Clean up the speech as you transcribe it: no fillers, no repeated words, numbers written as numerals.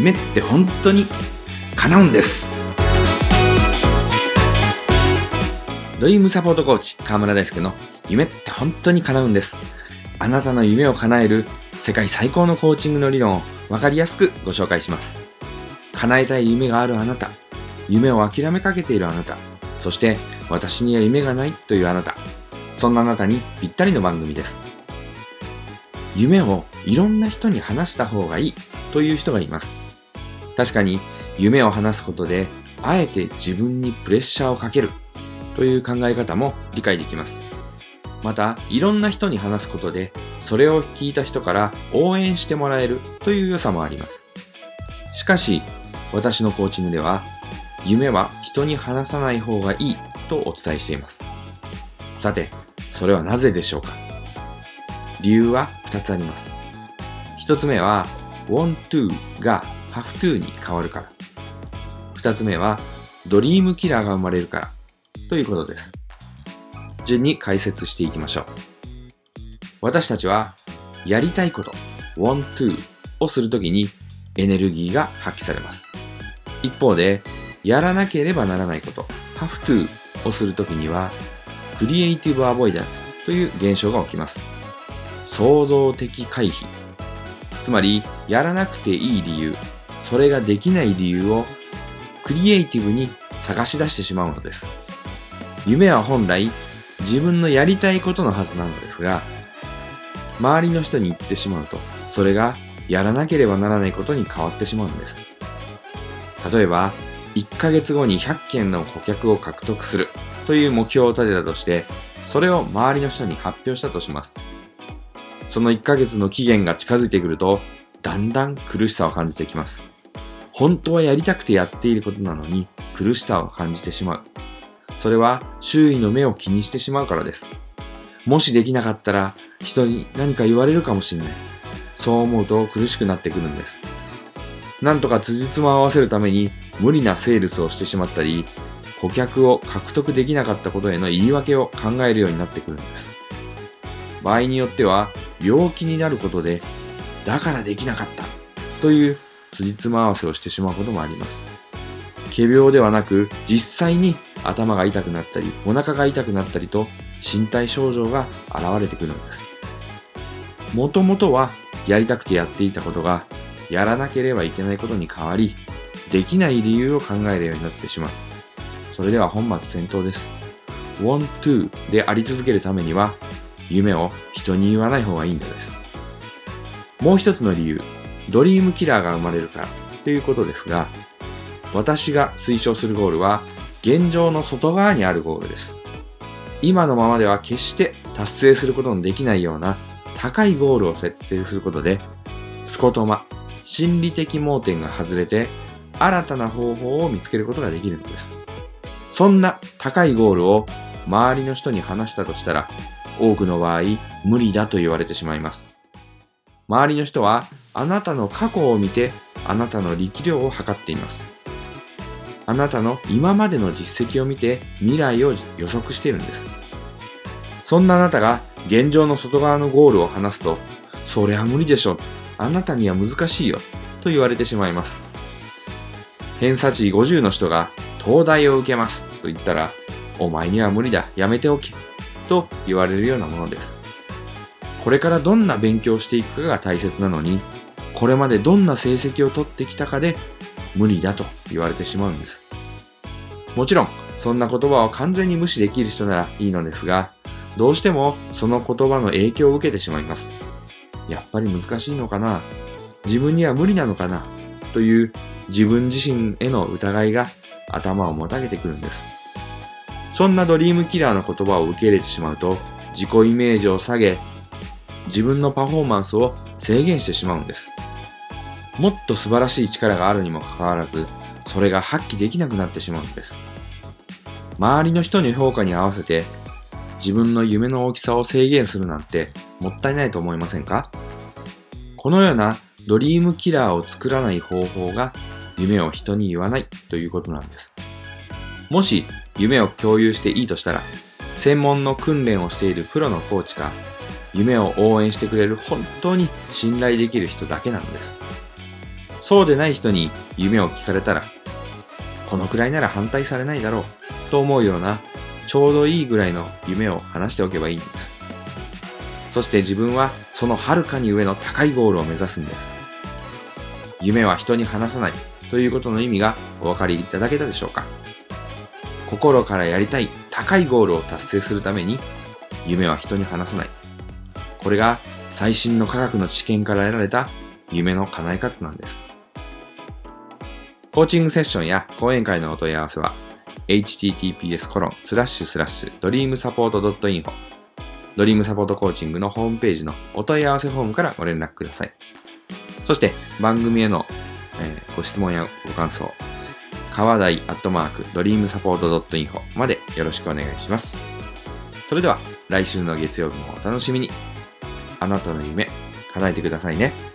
夢って本当に叶うんです。ドリームサポートコーチ川村大輔の夢って本当に叶うんです。あなたの夢を叶える世界最高のコーチングの理論を分かりやすくご紹介します。叶えたい夢があるあなた、夢を諦めかけているあなた、そして私には夢がないというあなた、そんなあなたにぴったりの番組です。夢をいろんな人に話した方がいいという人がいます。確かに夢を話すことであえて自分にプレッシャーをかけるという考え方も理解できます。またいろんな人に話すことでそれを聞いた人から応援してもらえるという良さもあります。しかし私のコーチングでは夢は人に話さない方がいいとお伝えしています。さてそれはなぜでしょうか。理由は2つあります。1つ目は want to が have to に変わるから。2つ目はドリームキラーが生まれるからということです。順に解説していきましょう。私たちはやりたいこと want to をするときにエネルギーが発揮されます。一方でやらなければならないこと have to をするときにはクリエイティブアボイダンスという現象が起きます。創造的回避。つまりやらなくていい理由、それができない理由をクリエイティブに探し出してしまうのです。夢は本来自分のやりたいことのはずなのですが、周りの人に言ってしまうと、それがやらなければならないことに変わってしまうんです。例えば、1ヶ月後に100件の顧客を獲得するという目標を立てたとして、それを周りの人に発表したとします。その1ヶ月の期限が近づいてくると、だんだん苦しさを感じてきます。本当はやりたくてやっていることなのに苦しさを感じてしまう。それは周囲の目を気にしてしまうからです。もしできなかったら人に何か言われるかもしれない。そう思うと苦しくなってくるんです。なんとか辻褄を合わせるために無理なセールスをしてしまったり、顧客を獲得できなかったことへの言い訳を考えるようになってくるんです。場合によっては病気になることで、だからできなかったという辻褄合わせをしてしまうこともあります。仮病ではなく実際に頭が痛くなったりお腹が痛くなったりと身体症状が現れてくるんです。もともとはやりたくてやっていたことがやらなければいけないことに変わり、できない理由を考えるようになってしまう。それでは本末転倒です。want to であり続けるためには夢を人に言わない方がいいんです。もう一つの理由、ドリームキラーが生まれるからということですが、私が推奨するゴールは現状の外側にあるゴールです。今のままでは決して達成することのできないような高いゴールを設定することで、スコトマ、心理的盲点が外れて新たな方法を見つけることができるのです。そんな高いゴールを周りの人に話したとしたら、多くの場合無理だと言われてしまいます。周りの人はあなたの過去を見てあなたの力量を測っています。あなたの今までの実績を見て未来を予測しているんです。そんなあなたが現状の外側のゴールを話すと、それは無理でしょ、あなたには難しいよと言われてしまいます。偏差値50の人が東大を受けますと言ったら、お前には無理だ、やめておけと言われるようなものです。これからどんな勉強をしていくかが大切なのに、これまでどんな成績を取ってきたかで無理だと言われてしまうんです。もちろんそんな言葉を完全に無視できる人ならいいのですが、どうしてもその言葉の影響を受けてしまいます。やっぱり難しいのかな、自分には無理なのかなという自分自身への疑いが頭をもたげてくるんです。そんなドリームキラーの言葉を受け入れてしまうと、自己イメージを下げ、自分のパフォーマンスを制限してしまうんです。もっと素晴らしい力があるにもかかわらず、それが発揮できなくなってしまうんです。周りの人の評価に合わせて、自分の夢の大きさを制限するなんてもったいないと思いませんか？このようなドリームキラーを作らない方法が夢を人に言わないということなんです。もし夢を共有していいとしたら、専門の訓練をしているプロのコーチか、夢を応援してくれる本当に信頼できる人だけなのです。 そうでない人に夢を聞かれたら、このくらいなら反対されないだろうと思うようなちょうどいいぐらいの夢を話しておけばいいんです。そして自分はその遥かに上の高いゴールを目指すんです。夢は人に話さないということの意味がお分かりいただけたでしょうか。心からやりたい高いゴールを達成するために夢は人に話さない。これが最新の科学の知見から得られた夢の叶え方なんです。コーチングセッションや講演会のお問い合わせは https://dreamsupport.info ドリームサポートコーチングのホームページのお問い合わせフォームからご連絡ください。そして番組への、ご質問やご感想、川台@dreamsupport.info までよろしくお願いします。それでは来週の月曜日もお楽しみに。あなたの夢叶えてくださいね。